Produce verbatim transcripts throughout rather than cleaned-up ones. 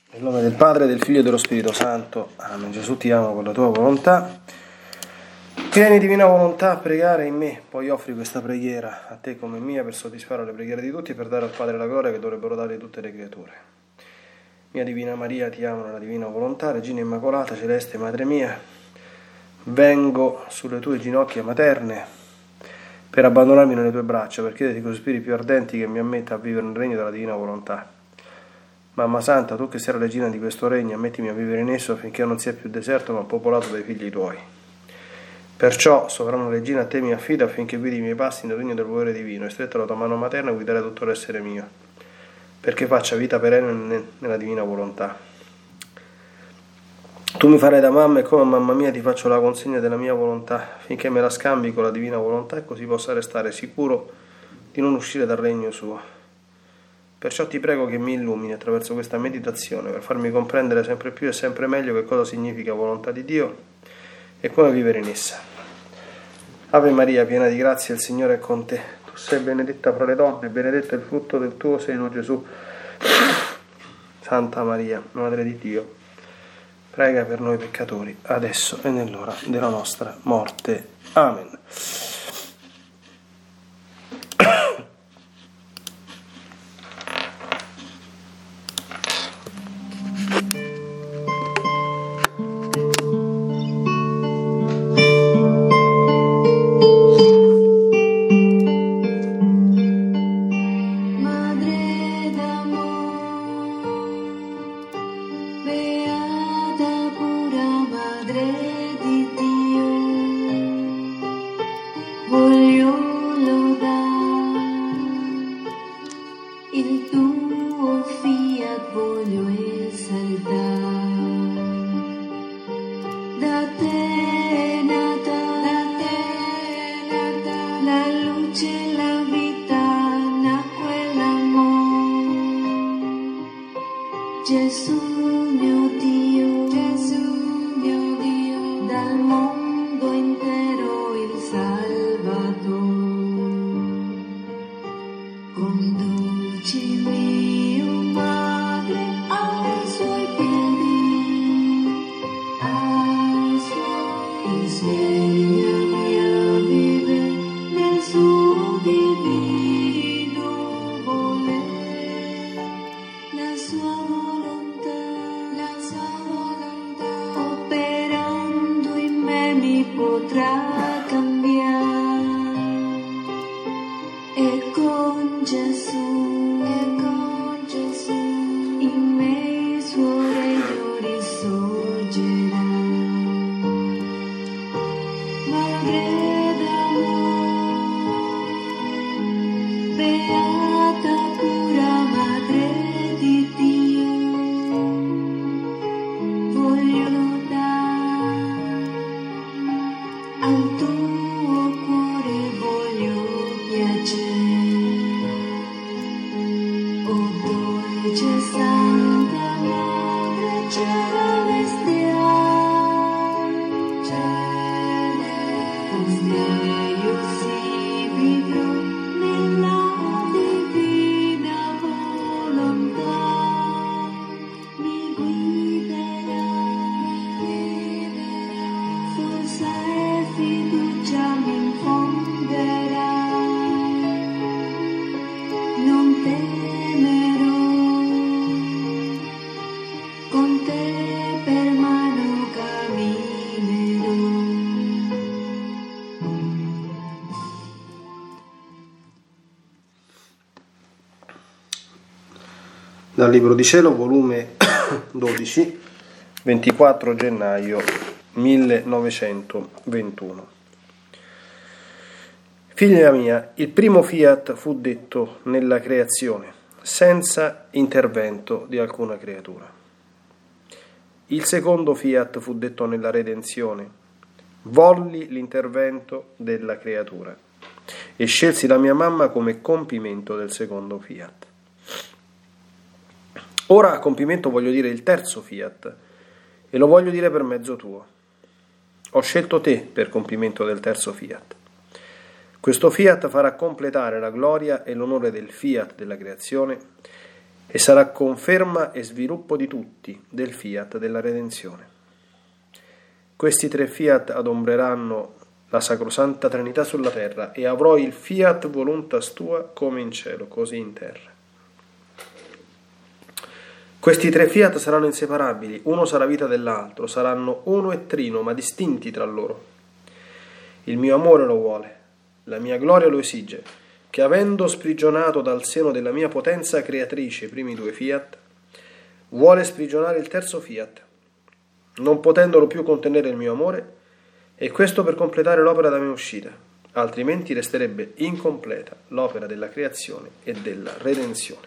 Nel nome del Padre, del Figlio e dello Spirito Santo. Amen. Gesù, ti amo con la tua volontà. Vieni, divina volontà, a pregare in me, poi offri questa preghiera a te come mia per soddisfare le preghiere di tutti e per dare al Padre la gloria che dovrebbero dare tutte le creature. Mia Divina Maria, ti amo nella divina volontà, Regina Immacolata, Celeste Madre mia, vengo sulle tue ginocchia materne per abbandonarmi nelle tue braccia, per chiederti con spiriti più ardenti che mi ammetta a vivere nel regno della divina volontà. Mamma Santa, tu che sei la regina di questo regno, ammettimi a vivere in esso affinché non sia più deserto ma popolato dai figli tuoi. Perciò, sovrana regina, a te mi affido affinché guidi i miei passi nel regno del volere divino e stretta la tua mano materna guidare tutto l'essere mio, perché faccia vita perenne nella divina volontà. Tu mi farai da mamma e come mamma mia ti faccio la consegna della mia volontà, affinché me la scambi con la divina volontà e così possa restare sicuro di non uscire dal regno suo. Perciò ti prego che mi illumini attraverso questa meditazione per farmi comprendere sempre più e sempre meglio che cosa significa volontà di Dio e come vivere in essa. Ave Maria, piena di grazia, il Signore è con te. Tu sei benedetta fra le donne, benedetto è il frutto del tuo seno, Gesù. Santa Maria, Madre di Dio, prega per noi peccatori, adesso e nell'ora della nostra morte. Amen. Dal Libro di Cielo, volume dodici, ventiquattro gennaio millenovecentoventuno. Figlia mia, il primo fiat fu detto nella creazione, senza intervento di alcuna creatura. Il secondo fiat fu detto nella redenzione, volli l'intervento della creatura e scelsi la mia mamma come compimento del secondo fiat. Ora a compimento voglio dire il terzo fiat e lo voglio dire per mezzo tuo. Ho scelto te per compimento del terzo fiat. Questo fiat farà completare la gloria e l'onore del fiat della creazione e sarà conferma e sviluppo di tutti del fiat della redenzione. Questi tre fiat adombreranno la sacrosanta Trinità sulla terra e avrò il fiat voluntas tua come in cielo, così in terra. Questi tre fiat saranno inseparabili, uno sarà vita dell'altro, saranno uno e trino, ma distinti tra loro. Il mio amore lo vuole, la mia gloria lo esige, che avendo sprigionato dal seno della mia potenza creatrice i primi due fiat, vuole sprigionare il terzo fiat, non potendolo più contenere il mio amore, e questo per completare l'opera da me uscita, altrimenti resterebbe incompleta l'opera della creazione e della redenzione.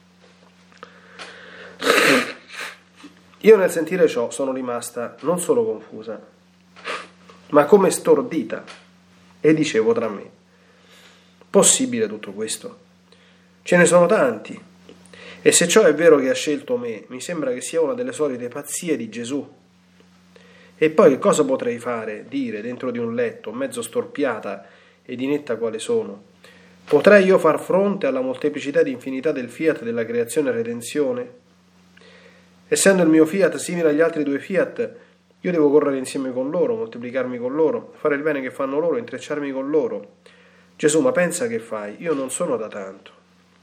Io nel sentire ciò sono rimasta non solo confusa, ma come stordita, e dicevo tra me: possibile tutto questo? Ce ne sono tanti, e se ciò è vero che ha scelto me, mi sembra che sia una delle solite pazzie di Gesù. E poi che cosa potrei fare, dire, dentro di un letto, mezzo storpiata ed inetta quale sono? Potrei io far fronte alla molteplicità di infinità del fiat della creazione e redenzione? Essendo il mio fiat simile agli altri due fiat, io devo correre insieme con loro, moltiplicarmi con loro, fare il bene che fanno loro, intrecciarmi con loro. Gesù, ma pensa che fai? Io non sono da tanto.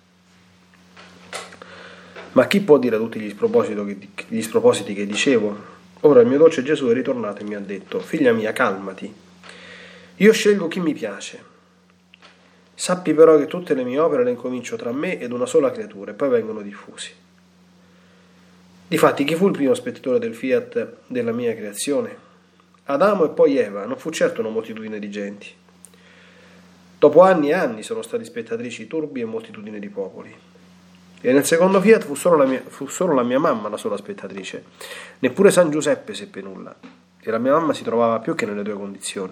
Ma chi può dire tutti gli spropositi che, gli spropositi che dicevo? Ora il mio dolce Gesù è ritornato e mi ha detto: figlia mia, calmati, io scelgo chi mi piace. Sappi però che tutte le mie opere le incomincio tra me ed una sola creatura e poi vengono diffusi. Difatti, chi fu il primo spettatore del fiat della mia creazione? Adamo e poi Eva, non fu certo una moltitudine di genti. Dopo anni e anni sono stati spettatrici turbi e moltitudine di popoli. E nel secondo fiat fu solo, la mia, fu solo la mia mamma la sola spettatrice. Neppure San Giuseppe seppe nulla, e la mia mamma si trovava più che nelle due condizioni.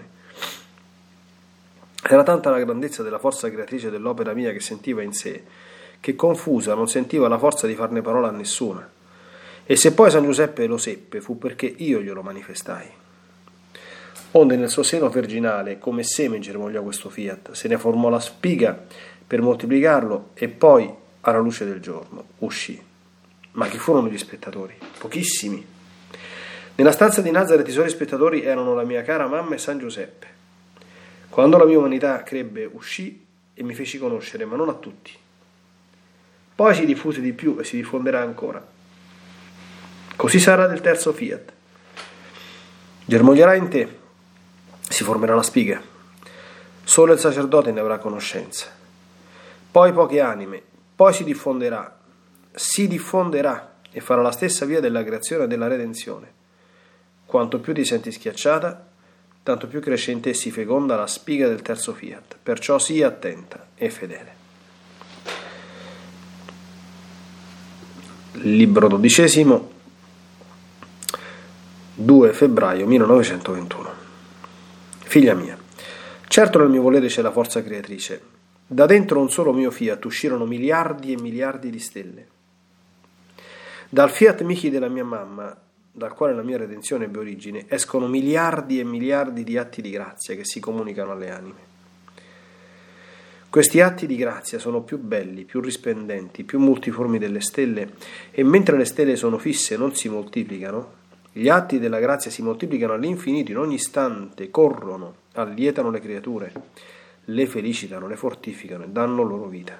Era tanta la grandezza della forza creatrice dell'opera mia che sentiva in sé, che confusa non sentiva la forza di farne parola a nessuna. E se poi San Giuseppe lo seppe, fu perché io glielo manifestai. Onde nel suo seno virginale, come seme germogliò questo fiat, se ne formò la spiga per moltiplicarlo e poi, alla luce del giorno, uscì. Ma chi furono gli spettatori? Pochissimi. Nella stanza di Nazaret i suoi spettatori erano la mia cara mamma e San Giuseppe. Quando la mia umanità crebbe, uscì e mi feci conoscere, ma non a tutti. Poi si diffuse di più e si diffonderà ancora. Così sarà del terzo fiat. Germoglierà in te, si formerà la spiga. Solo il sacerdote ne avrà conoscenza. Poi poche anime. Poi si diffonderà, si diffonderà e farà la stessa via della creazione e della redenzione. Quanto più ti senti schiacciata, tanto più crescente e si feconda la spiga del terzo fiat. Perciò sii attenta e fedele. Libro dodicesimo, due febbraio millenovecentoventuno. Figlia mia, certo nel mio volere c'è la forza creatrice. Da dentro un solo mio fiat uscirono miliardi e miliardi di stelle. Dal fiat Michi della mia mamma, dal quale la mia redenzione ebbe origine, escono miliardi e miliardi di atti di grazia che si comunicano alle anime. Questi atti di grazia sono più belli, più risplendenti, più multiformi delle stelle, e mentre le stelle sono fisse e non si moltiplicano, gli atti della grazia si moltiplicano all'infinito in ogni istante, corrono, allietano le creature, le felicitano, le fortificano e danno loro vita.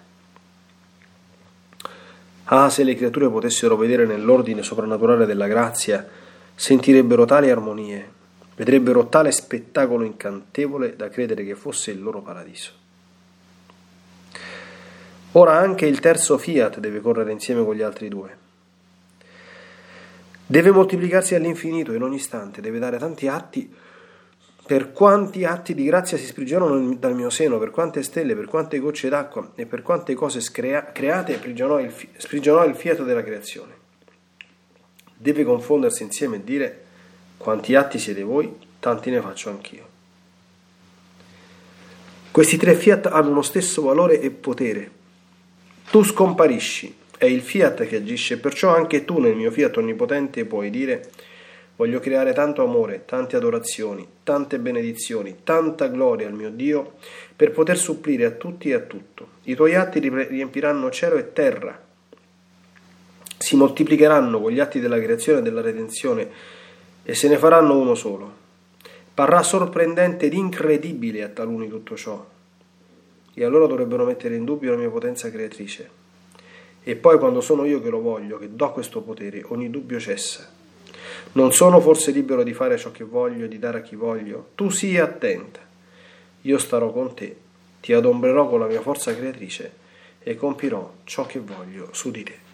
Ah, se le creature potessero vedere nell'ordine soprannaturale della grazia, sentirebbero tali armonie, vedrebbero tale spettacolo incantevole da credere che fosse il loro paradiso. Ora anche il terzo fiat deve correre insieme con gli altri due. Deve moltiplicarsi all'infinito in ogni istante, deve dare tanti atti. Per quanti atti di grazia si sprigionano dal mio seno, per quante stelle, per quante gocce d'acqua e per quante cose screa- create sprigionò il, fi- sprigionò il fiato della creazione. Deve confondersi insieme e dire: quanti atti siete voi, tanti ne faccio anch'io. Questi tre fiat hanno lo stesso valore e potere. Tu scomparisci, è il fiat che agisce, perciò anche tu nel mio fiat onnipotente puoi dire: voglio creare tanto amore, tante adorazioni, tante benedizioni, tanta gloria al mio Dio, per poter supplire a tutti e a tutto. I tuoi atti riempiranno cielo e terra, si moltiplicheranno con gli atti della creazione e della redenzione e se ne faranno uno solo. Parrà sorprendente ed incredibile a taluni tutto ciò, e allora dovrebbero mettere in dubbio la mia potenza creatrice. E poi quando sono io che lo voglio, che do questo potere, ogni dubbio cessa. Non sono forse libero di fare ciò che voglio e di dare a chi voglio? Tu sii attenta, io starò con te, ti adombrerò con la mia forza creatrice e compirò ciò che voglio su di te.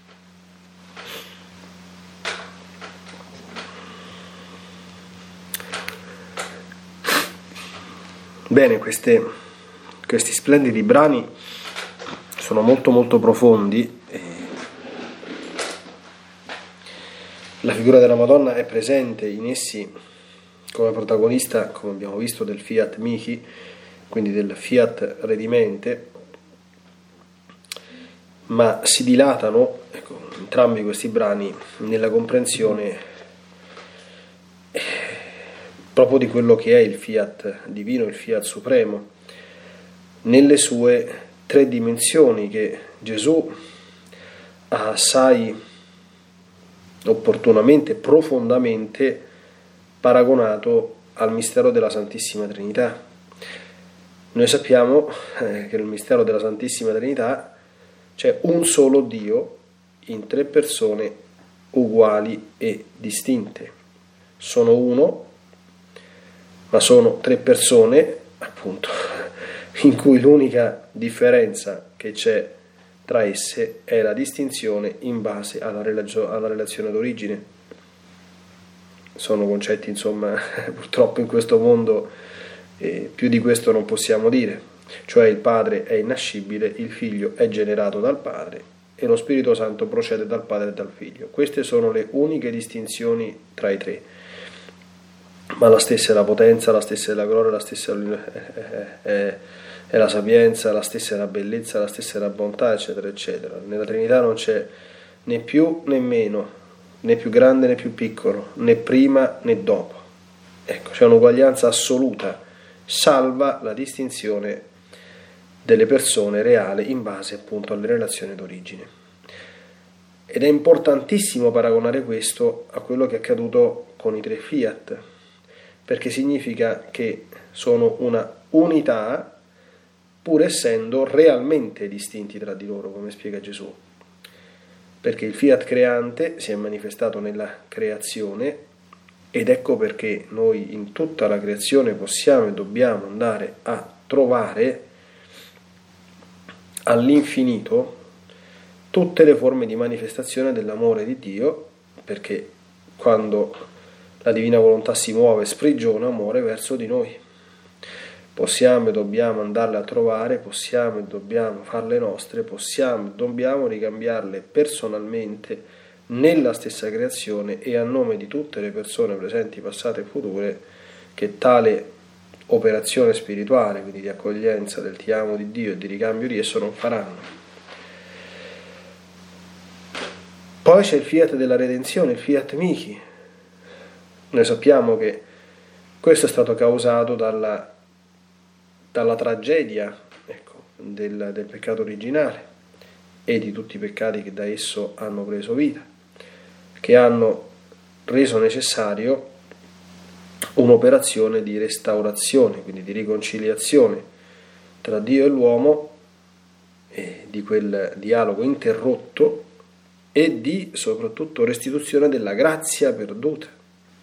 Bene, queste, questi splendidi brani sono molto molto profondi. E la figura della Madonna è presente in essi come protagonista, come abbiamo visto, del Fiat Mihi, quindi del Fiat Redimente, ma si dilatano, ecco, entrambi questi brani nella comprensione proprio di quello che è il Fiat divino, il Fiat supremo, nelle sue tre dimensioni che Gesù ha assai opportunamente, profondamente paragonato al mistero della Santissima Trinità. Noi sappiamo eh, che nel mistero della Santissima Trinità c'è un solo Dio in tre persone uguali e distinte. Sono uno, ma sono tre persone, appunto, in cui l'unica differenza che c'è tra esse è la distinzione in base alla, relazio- alla relazione d'origine. Sono concetti, insomma, purtroppo in questo mondo eh, più di questo non possiamo dire. Cioè il Padre è innascibile, il Figlio è generato dal Padre e lo Spirito Santo procede dal Padre e dal Figlio. Queste sono le uniche distinzioni tra i tre. Ma la stessa è la potenza, la stessa è la gloria, la stessa è, è, è la sapienza, la stessa è la bellezza, la stessa è la bontà, eccetera, eccetera. Nella Trinità non c'è né più né meno, né più grande né più piccolo, né prima né dopo. Ecco, c'è un'uguaglianza assoluta, salva la distinzione delle persone reale in base appunto alle relazioni d'origine. Ed è importantissimo paragonare questo a quello che è accaduto con i tre Fiat, perché significa che sono una unità pur essendo realmente distinti tra di loro, come spiega Gesù. Perché il Fiat creante si è manifestato nella creazione ed ecco perché noi in tutta la creazione possiamo e dobbiamo andare a trovare all'infinito tutte le forme di manifestazione dell'amore di Dio, perché quando la divina volontà si muove, sprigiona amore verso di noi. Possiamo e dobbiamo andarle a trovare, possiamo e dobbiamo farle nostre, possiamo e dobbiamo ricambiarle personalmente nella stessa creazione e a nome di tutte le persone presenti, passate e future, che tale operazione spirituale, quindi di accoglienza del ti amo di Dio e di ricambio di esso, non faranno. Poi c'è il Fiat della redenzione, il Fiat Mihi. Noi sappiamo che questo è stato causato dalla, dalla tragedia ecco, del, del peccato originale e di tutti i peccati che da esso hanno preso vita, che hanno reso necessario un'operazione di restaurazione, quindi di riconciliazione tra Dio e l'uomo, e di quel dialogo interrotto e di soprattutto restituzione della grazia perduta.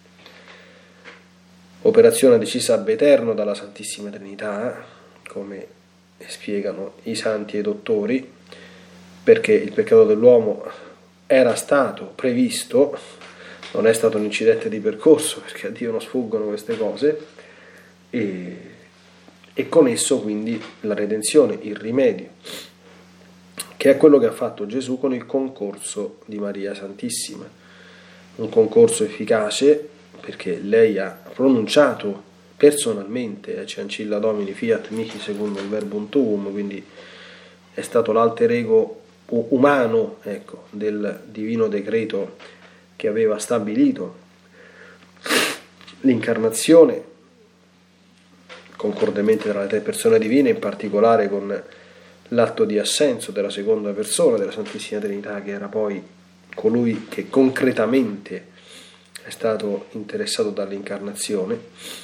Operazione decisa ab eterno dalla Santissima Trinità, come spiegano i santi e i dottori, perché il peccato dell'uomo era stato previsto, non è stato un incidente di percorso, perché a Dio non sfuggono queste cose, e, e con esso quindi la redenzione, il rimedio, che è quello che ha fatto Gesù con il concorso di Maria Santissima, un concorso efficace, perché lei ha pronunciato personalmente ci ancilla Domini Fiat Mihi secondo il verbum tuum, quindi è stato l'alter ego umano ecco, del divino decreto che aveva stabilito l'incarnazione concordemente tra le tre persone divine, in particolare con l'atto di assenso della seconda persona della Santissima Trinità, che era poi colui che concretamente è stato interessato dall'incarnazione,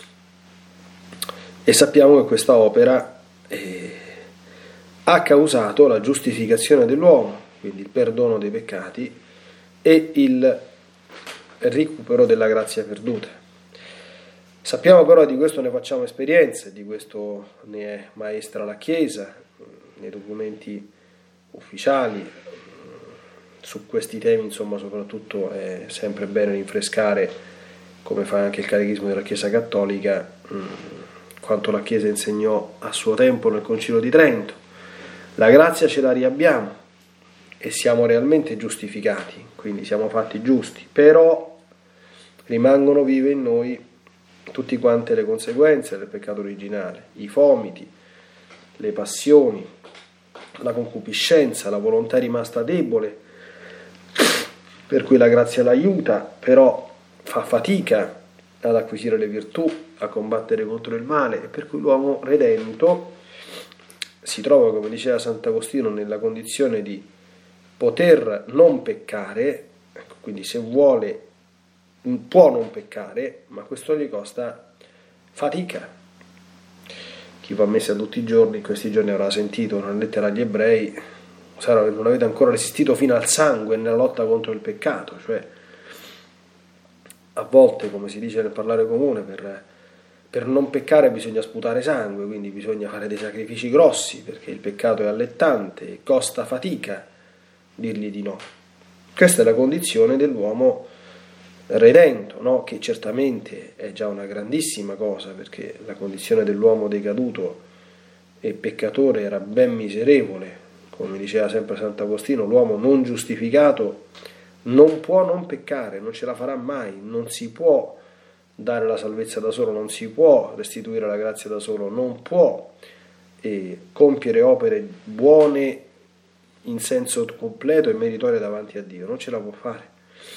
e sappiamo che questa opera eh, ha causato la giustificazione dell'uomo, quindi il perdono dei peccati e il recupero della grazia perduta. Sappiamo però, di questo ne facciamo esperienza, di questo ne è maestra la Chiesa, nei documenti ufficiali. Su questi temi, insomma, soprattutto è sempre bene rinfrescare, come fa anche il Catechismo della Chiesa Cattolica, quanto la Chiesa insegnò a suo tempo nel Concilio di Trento. La grazia ce la riabbiamo e siamo realmente giustificati, quindi siamo fatti giusti, però rimangono vive in noi tutte quante le conseguenze del peccato originale, i fomiti, le passioni, la concupiscenza, la volontà rimasta debole, per cui la grazia l'aiuta, però fa fatica ad acquisire le virtù, a combattere contro il male, e per cui l'uomo redento si trova, come diceva Sant'Agostino, nella condizione di poter non peccare, ecco, quindi se vuole può non peccare, ma questo gli costa fatica. Chi va a messa tutti i giorni, in questi giorni avrà sentito una lettera agli ebrei: sarà, non avete ancora resistito fino al sangue nella lotta contro il peccato, cioè a volte, come si dice nel parlare comune, per, per non peccare bisogna sputare sangue, quindi bisogna fare dei sacrifici grossi, perché il peccato è allettante e costa fatica dirgli di no. Questa è la condizione dell'uomo redento, no? Che certamente è già una grandissima cosa, perché la condizione dell'uomo decaduto e peccatore era ben miserevole. Come diceva sempre Sant'Agostino, l'uomo non giustificato non può non peccare, non ce la farà mai, non si può dare la salvezza da solo, non si può restituire la grazia da solo, non può eh, compiere opere buone in senso completo e meritorie davanti a Dio, non ce la può fare.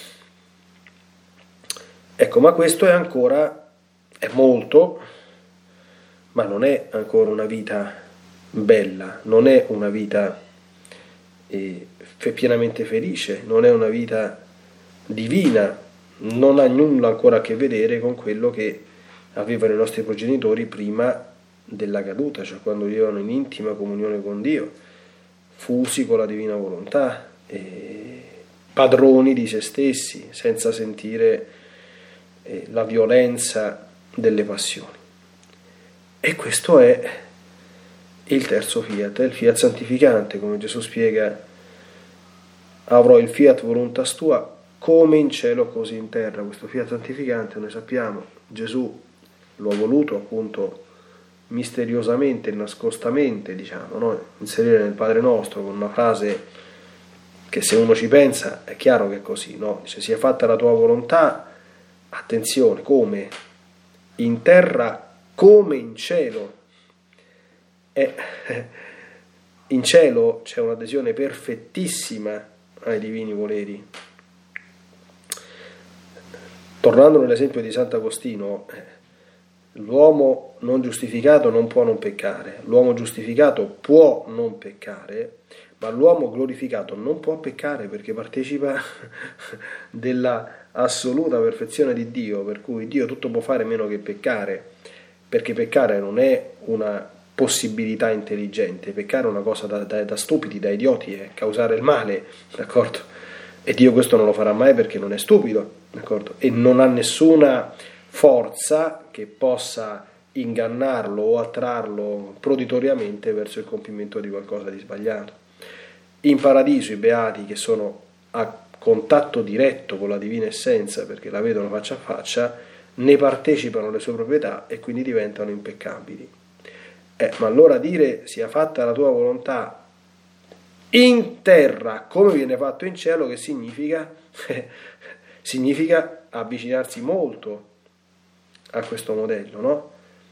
Ecco, ma questo è ancora, è molto, ma non è ancora una vita bella, non è una vita eh, pienamente felice, non è una vita divina, non ha nulla ancora a che vedere con quello che avevano i nostri progenitori prima della caduta, cioè quando vivevano in intima comunione con Dio, fusi con la divina volontà, eh, padroni di se stessi, senza sentire eh, la violenza delle passioni. E questo è il terzo fiat, è il fiat santificante, come Gesù spiega: avrò il fiat voluntas tua come in cielo così in terra. Questo fiat santificante, noi sappiamo, Gesù lo ha voluto appunto misteriosamente, nascostamente, diciamo, no? Inserire nel Padre Nostro con una frase che, se uno ci pensa, è chiaro che è così, no? Dice: sia fatta la tua volontà, attenzione, come? In terra come in cielo. E in cielo c'è un'adesione perfettissima ai divini voleri. Tornando nell'esempio di Sant'Agostino, l'uomo non giustificato non può non peccare, l'uomo giustificato può non peccare, ma l'uomo glorificato non può peccare, perché partecipa della assoluta perfezione di Dio, per cui Dio tutto può fare meno che peccare, perché peccare non è una possibilità intelligente, peccare è una cosa da, da, da stupidi, da idioti, è causare il male, d'accordo? E Dio questo non lo farà mai, perché non è stupido, d'accordo? E non ha nessuna forza che possa ingannarlo o attrarlo proditoriamente verso il compimento di qualcosa di sbagliato. In paradiso i beati, che sono a contatto diretto con la divina essenza, perché la vedono faccia a faccia, ne partecipano le sue proprietà e quindi diventano impeccabili. Eh, ma allora dire sia fatta la tua volontà in terra come viene fatto in cielo, che significa? Significa avvicinarsi molto a questo modello, no?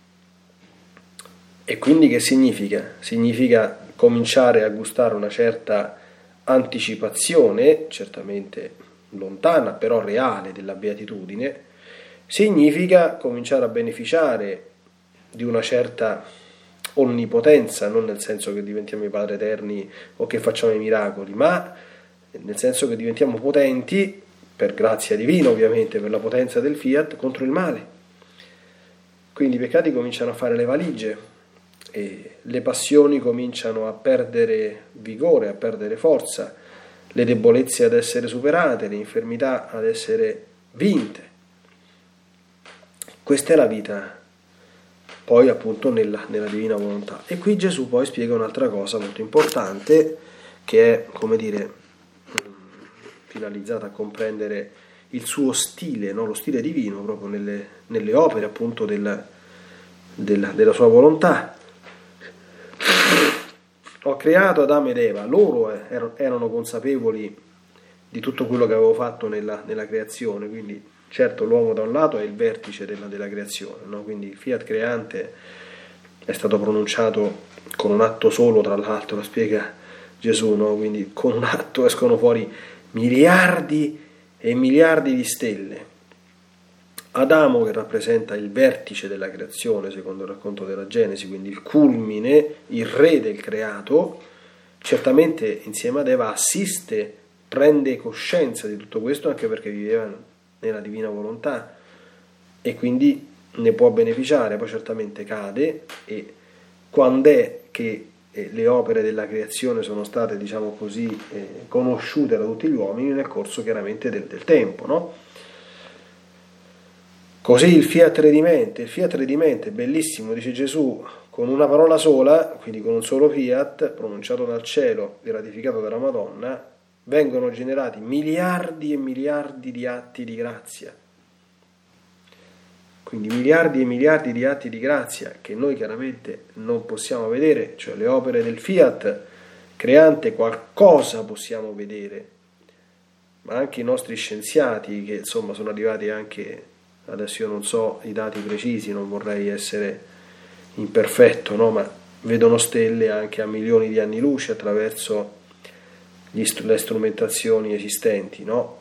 E quindi che significa? Significa cominciare a gustare una certa anticipazione, certamente lontana, però reale, della beatitudine. Significa cominciare a beneficiare di una certa onnipotenza, non nel senso che diventiamo i padri eterni o che facciamo i miracoli, ma nel senso che diventiamo potenti, per grazia divina ovviamente, per la potenza del fiat, contro il male. Quindi i peccati cominciano a fare le valigie e le passioni cominciano a perdere vigore, a perdere forza, le debolezze ad essere superate, le infermità ad essere vinte. Questa è la vita poi appunto nella, nella divina volontà. E qui Gesù poi spiega un'altra cosa molto importante, che è, come dire, finalizzata a comprendere il suo stile, no? Lo stile divino proprio nelle, nelle opere appunto del, della, della sua volontà. Ho creato Adamo ed Eva, loro erano consapevoli di tutto quello che avevo fatto nella, nella creazione, quindi certo l'uomo da un lato è il vertice della, della creazione, no? Quindi il fiat creante è stato pronunciato con un atto solo, tra l'altro, lo spiega Gesù, no? Quindi con un atto escono fuori miliardi e miliardi di stelle. Adamo, che rappresenta il vertice della creazione secondo il racconto della Genesi, quindi il culmine, il re del creato, certamente insieme ad Eva assiste, prende coscienza di tutto questo, anche perché viveva nella divina volontà e quindi ne può beneficiare. Poi certamente cade, e quando è che eh, le opere della creazione sono state, diciamo così, eh, conosciute da tutti gli uomini nel corso chiaramente del, del tempo, no? Così il fiat redimente, il fiat redimente, bellissimo, dice Gesù, con una parola sola, quindi con un solo fiat, pronunciato dal cielo e ratificato dalla Madonna, vengono generati miliardi e miliardi di atti di grazia. Quindi miliardi e miliardi di atti di grazia che noi chiaramente non possiamo vedere, cioè le opere del fiat creante qualcosa possiamo vedere, ma anche i nostri scienziati, che insomma sono arrivati anche, adesso io non so i dati precisi, non vorrei essere imperfetto, no? Ma vedono stelle anche a milioni di anni luce attraverso gli, le strumentazioni esistenti, no?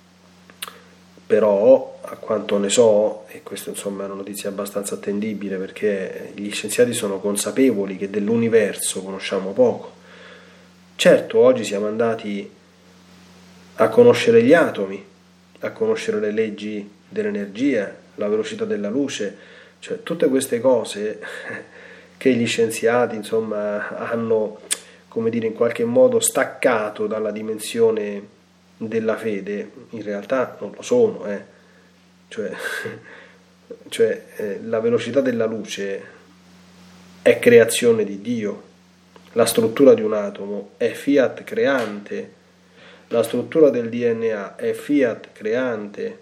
Però a quanto ne so, e questa insomma è una notizia abbastanza attendibile, perché gli scienziati sono consapevoli che dell'universo conosciamo poco. Certo, oggi siamo andati a conoscere gli atomi, a conoscere le leggi dell'energia, la velocità della luce, cioè tutte queste cose che gli scienziati insomma hanno, come dire, in qualche modo staccato dalla dimensione della fede, in realtà non lo sono, eh. cioè, cioè eh, la velocità della luce è creazione di Dio, la struttura di un atomo è fiat creante, la struttura del D N A è fiat creante,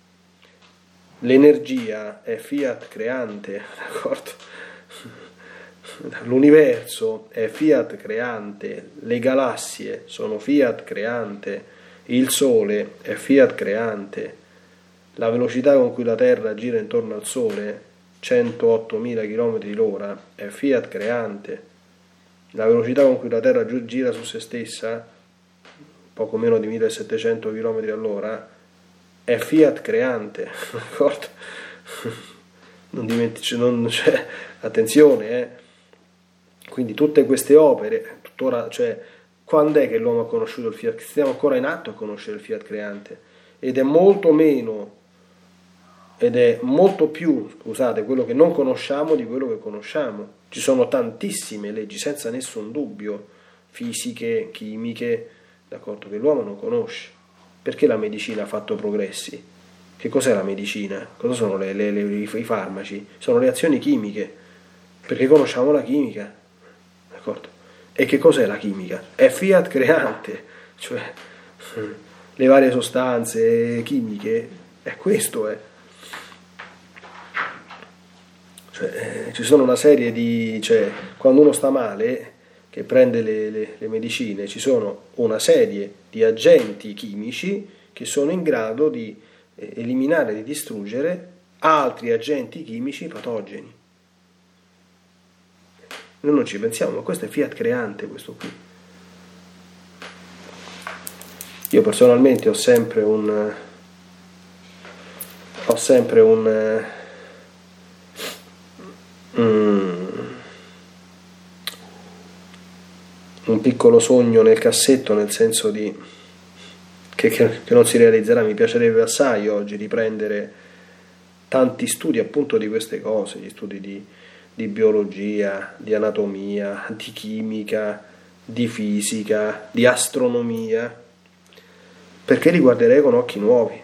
l'energia è fiat creante, d'accordo? L'universo è fiat creante, le galassie sono fiat creante, il Sole è fiat creante, la velocità con cui la Terra gira intorno al Sole, centoottomila chilometri l'ora, è fiat creante, la velocità con cui la Terra gira su se stessa, poco meno di millesettecento chilometri all'ora, è fiat creante, d'accordo? Non dimentici, non, cioè, attenzione, eh. Quindi tutte queste opere, tuttora, cioè, quando è che l'uomo ha conosciuto il fiat? Stiamo ancora in atto a conoscere il fiat creante, ed è molto meno, ed è molto più, scusate, quello che non conosciamo di quello che conosciamo. Ci sono tantissime leggi, senza nessun dubbio, fisiche, chimiche, d'accordo, che l'uomo non conosce. Perché la medicina ha fatto progressi? Che cos'è la medicina? Cosa sono le, le, le, i farmaci? Sono reazioni chimiche, perché conosciamo la chimica, d'accordo? E che cos'è la chimica? È fiat creante, cioè le varie sostanze chimiche, è questo, è. Cioè, eh, ci sono una serie di, cioè, quando uno sta male, che prende le, le, le medicine, ci sono una serie di agenti chimici che sono in grado di eh, eliminare, di distruggere altri agenti chimici patogeni. Noi non ci pensiamo, ma questo è fiat creante, questo qui. Io personalmente ho sempre un ho sempre un, un un piccolo sogno nel cassetto, nel senso di che, che, che non si realizzerà. Mi piacerebbe assai oggi riprendere tanti studi appunto di queste cose, gli studi di, di biologia, di anatomia, di chimica, di fisica, di astronomia, perché li guarderei con occhi nuovi.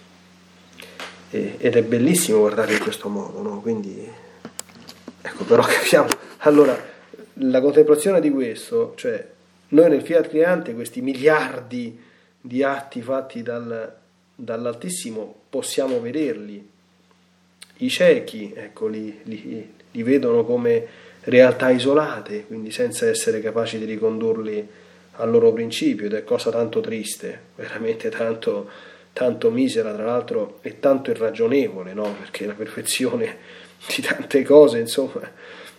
E, ed è bellissimo guardare in questo modo, no? Quindi ecco, però capiamo. Allora, la contemplazione di questo, cioè noi nel Fiat Creante questi miliardi di atti fatti dal, dall'Altissimo possiamo vederli. I ciechi, ecco, li, li, li vedono come realtà isolate, quindi senza essere capaci di ricondurli al loro principio, ed è cosa tanto triste, veramente tanto, tanto misera, tra l'altro, e tanto irragionevole, no? Perché la perfezione di tante cose, insomma,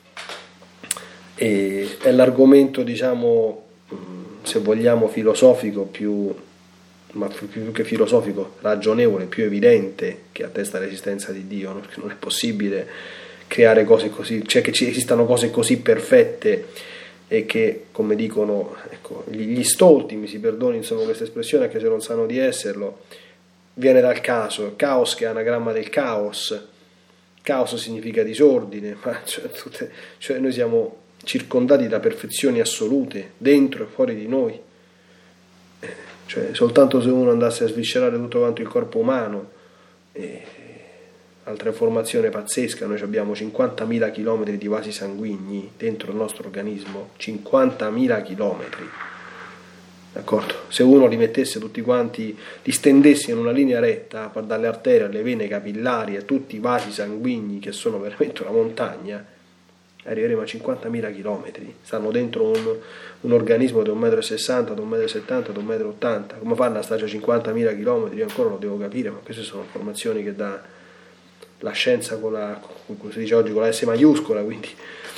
è, è l'argomento, diciamo, se vogliamo, filosofico più, ma più che filosofico, ragionevole, più evidente, che attesta l'esistenza di Dio, no? Perché non è possibile creare cose così, cioè che ci esistano cose così perfette e che, come dicono, ecco, gli stolti, mi si perdoni insomma questa espressione, anche se non sanno di esserlo, viene dal caso, caos che è anagramma del caos, caos significa disordine, ma cioè, tutte, cioè noi siamo circondati da perfezioni assolute, dentro e fuori di noi, cioè soltanto se uno andasse a sviscerare tutto quanto il corpo umano, eh, altra informazione pazzesca, noi abbiamo cinquantamila chilometri di vasi sanguigni dentro il nostro organismo, cinquantamila chilometri, d'accordo? Se uno li mettesse tutti quanti, li stendesse in una linea retta dalle arterie alle vene capillari e tutti i vasi sanguigni, che sono veramente una montagna, arriveremo a cinquantamila chilometri, stanno dentro un, un organismo di un metro e sessanta, di un metro e settanta, di un metro e ottanta, come fanno a stare a cinquantamila chilometri? Io ancora lo devo capire, ma queste sono informazioni che dà la scienza con la, come si dice oggi, con la S maiuscola, quindi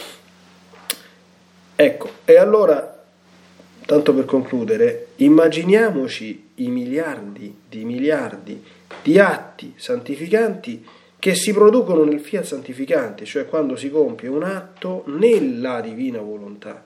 ecco. E allora, tanto per concludere, immaginiamoci i miliardi di miliardi di atti santificanti che si producono nel Fiat santificante, cioè quando si compie un atto nella divina volontà.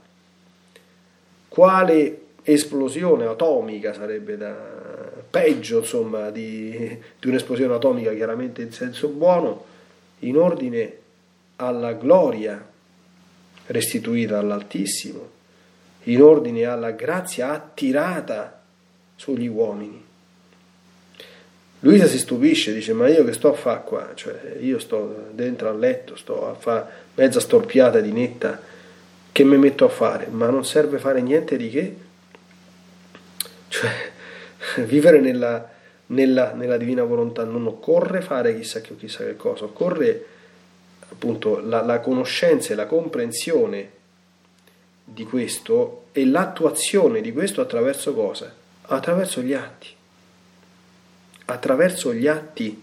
Quale esplosione atomica sarebbe da peggio, insomma, di, di un'esplosione atomica, chiaramente in senso buono, in ordine alla gloria restituita all'Altissimo, in ordine alla grazia attirata sugli uomini. Luisa si stupisce, dice: ma io che sto a fare qua? Cioè, io sto dentro al letto, sto a fare mezza storpiata di netta, che mi metto a fare? Ma non serve fare niente di che? Cioè, vivere nella, nella, nella divina volontà non occorre fare chissà che chissà che cosa, occorre appunto la, la conoscenza e la comprensione di questo e l'attuazione di questo attraverso cosa? Attraverso gli atti. Attraverso gli atti.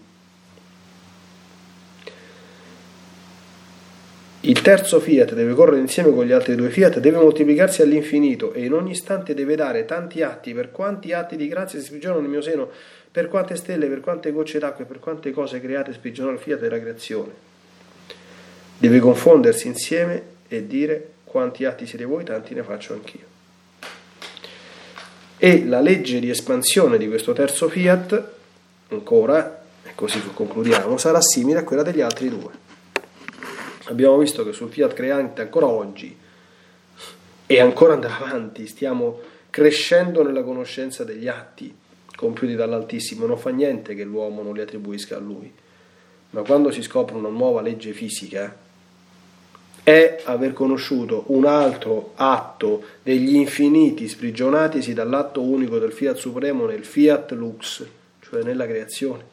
Il terzo fiat deve correre insieme con gli altri due fiat, deve moltiplicarsi all'infinito e in ogni istante deve dare tanti atti, per quanti atti di grazia si sprigionano nel mio seno, per quante stelle, per quante gocce d'acqua e per quante cose create sprigionò il fiat della creazione. Deve confondersi insieme e dire: quanti atti siete voi, tanti ne faccio anch'io. E la legge di espansione di questo terzo fiat, ancora, e così concludiamo, sarà simile a quella degli altri due. Abbiamo visto che sul Fiat Creante ancora oggi e ancora andrà avanti stiamo crescendo nella conoscenza degli atti compiuti dall'Altissimo. Non fa niente che l'uomo non li attribuisca a lui, ma quando si scopre una nuova legge fisica è aver conosciuto un altro atto degli infiniti sprigionatisi dall'atto unico del Fiat Supremo nel Fiat Lux, cioè nella creazione.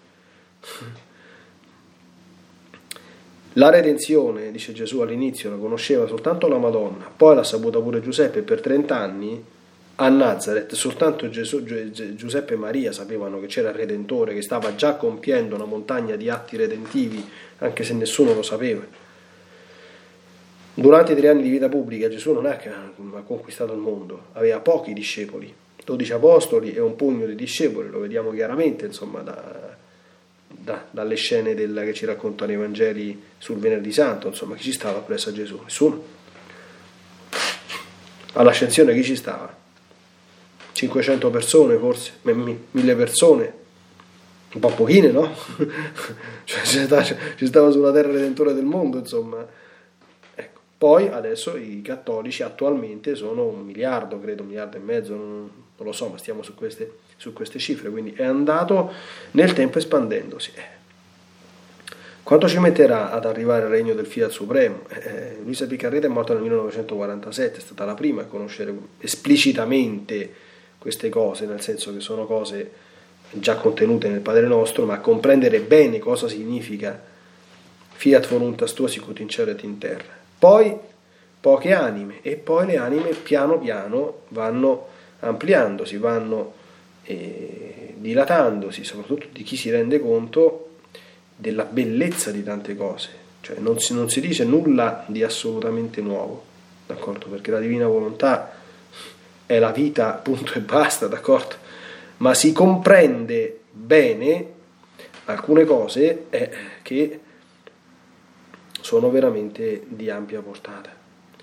La redenzione, dice Gesù all'inizio, la conosceva soltanto la Madonna, poi l'ha saputa pure Giuseppe. Per trent'anni a Nazareth soltanto Gesù, Giuseppe e Maria sapevano che c'era il Redentore, che stava già compiendo una montagna di atti redentivi, anche se nessuno lo sapeva. Durante i tre anni di vita pubblica Gesù non è che ha conquistato il mondo, aveva pochi discepoli, dodici apostoli e un pugno di discepoli, lo vediamo chiaramente, insomma, da... Da, dalle scene della, che ci raccontano i Vangeli sul Venerdì Santo. Insomma, chi ci stava presso a Gesù? Nessuno. All'ascensione chi ci stava? cinquecento persone forse, mille persone, un po' pochine, no? Cioè ci stava, ci stava sulla terra redentore del mondo, insomma. Ecco. Poi adesso i cattolici attualmente sono un miliardo, credo, un miliardo e mezzo, non, non lo so, ma stiamo su queste, su queste cifre, quindi è andato nel tempo espandendosi. Eh. Quanto ci metterà ad arrivare al regno del Fiat Supremo? Eh, Luisa Piccarreta è morta nel millenovecentoquarantasette, è stata la prima a conoscere esplicitamente queste cose, nel senso che sono cose già contenute nel Padre Nostro, ma a comprendere bene cosa significa Fiat voluntas tua sicut in cielo et in terra. Poi poche anime, e poi le anime piano piano vanno ampliandosi, vanno eh, dilatandosi, soprattutto di chi si rende conto della bellezza di tante cose, cioè non si, non si dice nulla di assolutamente nuovo, d'accordo? Perché la divina volontà è la vita, punto e basta, d'accordo? Ma si comprende bene alcune cose eh, che sono veramente di ampia portata.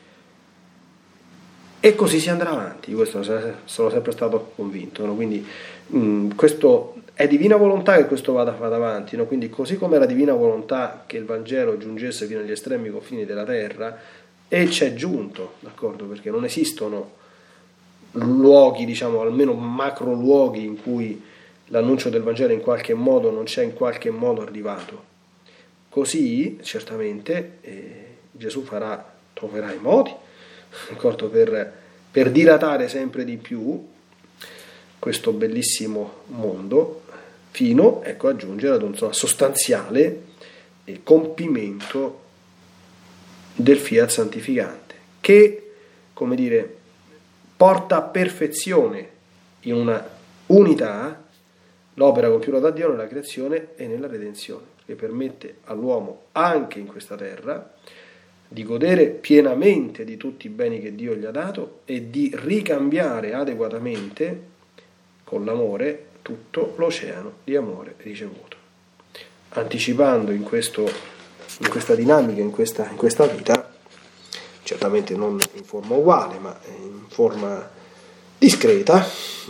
E così si andrà avanti, questo sono sempre stato convinto, no? Quindi mh, questo è divina volontà che questo vada, vada avanti, no? Quindi così come la divina volontà che il Vangelo giungesse fino agli estremi confini della terra, e c'è giunto, d'accordo? Perché non esistono luoghi, diciamo, almeno macro luoghi in cui l'annuncio del Vangelo in qualche modo non c'è in qualche modo arrivato. Così, certamente, eh, Gesù farà, troverà i modi, d'accordo, per, per dilatare sempre di più questo bellissimo mondo, fino, ecco, a giungere ad un sostanziale compimento del Fiat santificante, che, come dire, porta a perfezione in una unità l'opera compiuta da Dio nella creazione e nella redenzione, che permette all'uomo anche in questa terra di godere pienamente di tutti i beni che Dio gli ha dato e di ricambiare adeguatamente con l'amore tutto l'oceano di amore ricevuto, anticipando in, questo, in questa dinamica, in questa, in questa vita, certamente non in forma uguale, ma in forma discreta,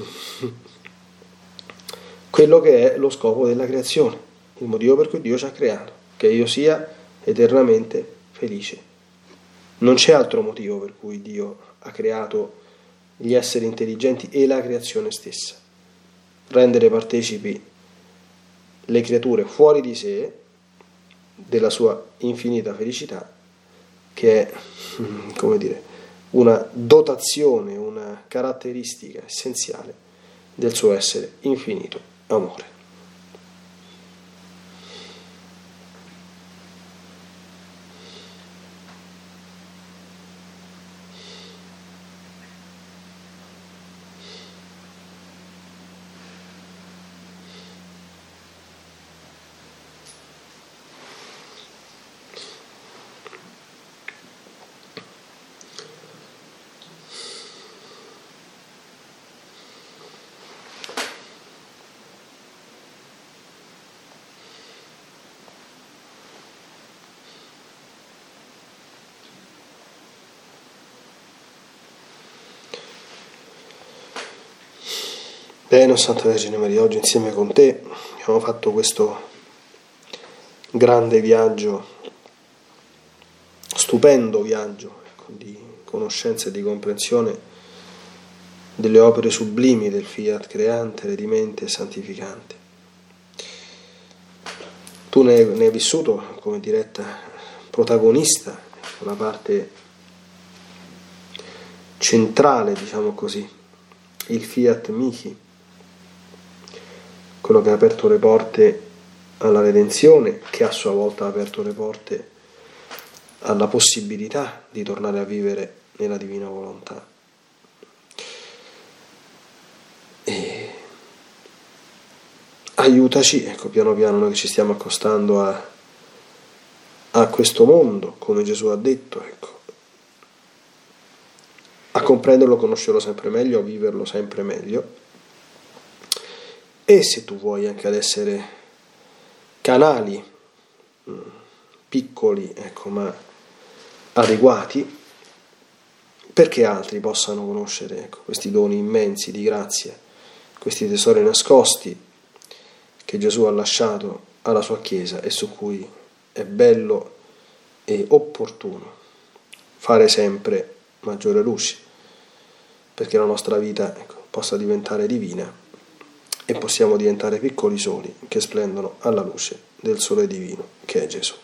quello che è lo scopo della creazione, il motivo per cui Dio ci ha creato, che io sia eternamente felice. Non c'è altro motivo per cui Dio ha creato gli esseri intelligenti e la creazione stessa. Rendere partecipi le creature fuori di sé della sua infinita felicità, che è, come dire, una dotazione, una caratteristica essenziale del suo essere infinito amore. Bene, Santa Vergine Maria, oggi insieme con te abbiamo fatto questo grande viaggio, stupendo viaggio, ecco, di conoscenza e di comprensione delle opere sublimi del Fiat creante, redimente e santificante. Tu ne hai, ne hai vissuto come diretta protagonista, una parte centrale, diciamo così, il Fiat Mihi, quello che ha aperto le porte alla redenzione, che a sua volta ha aperto le porte alla possibilità di tornare a vivere nella divina volontà. E aiutaci, ecco, piano piano noi che ci stiamo accostando a, a questo mondo, come Gesù ha detto, ecco, a comprenderlo, conoscerlo sempre meglio, a viverlo sempre meglio. E se tu vuoi anche ad essere canali piccoli, ecco, ma adeguati, perché altri possano conoscere, ecco, questi doni immensi di grazia, questi tesori nascosti che Gesù ha lasciato alla sua Chiesa e su cui è bello e opportuno fare sempre maggiore luce, perché la nostra vita, ecco, possa diventare divina e possiamo diventare piccoli soli che splendono alla luce del Sole divino che è Gesù.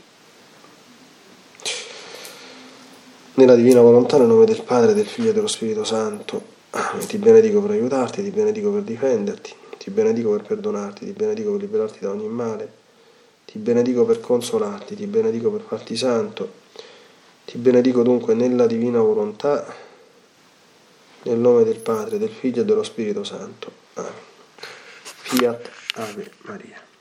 Nella divina volontà, nel nome del Padre, del Figlio e dello Spirito Santo, amen. Ti benedico per aiutarti, ti benedico per difenderti, ti benedico per perdonarti, ti benedico per liberarti da ogni male, ti benedico per consolarti, ti benedico per farti santo, ti benedico dunque nella divina volontà, nel nome del Padre, del Figlio e dello Spirito Santo. Amen. Fiat Ave Maria.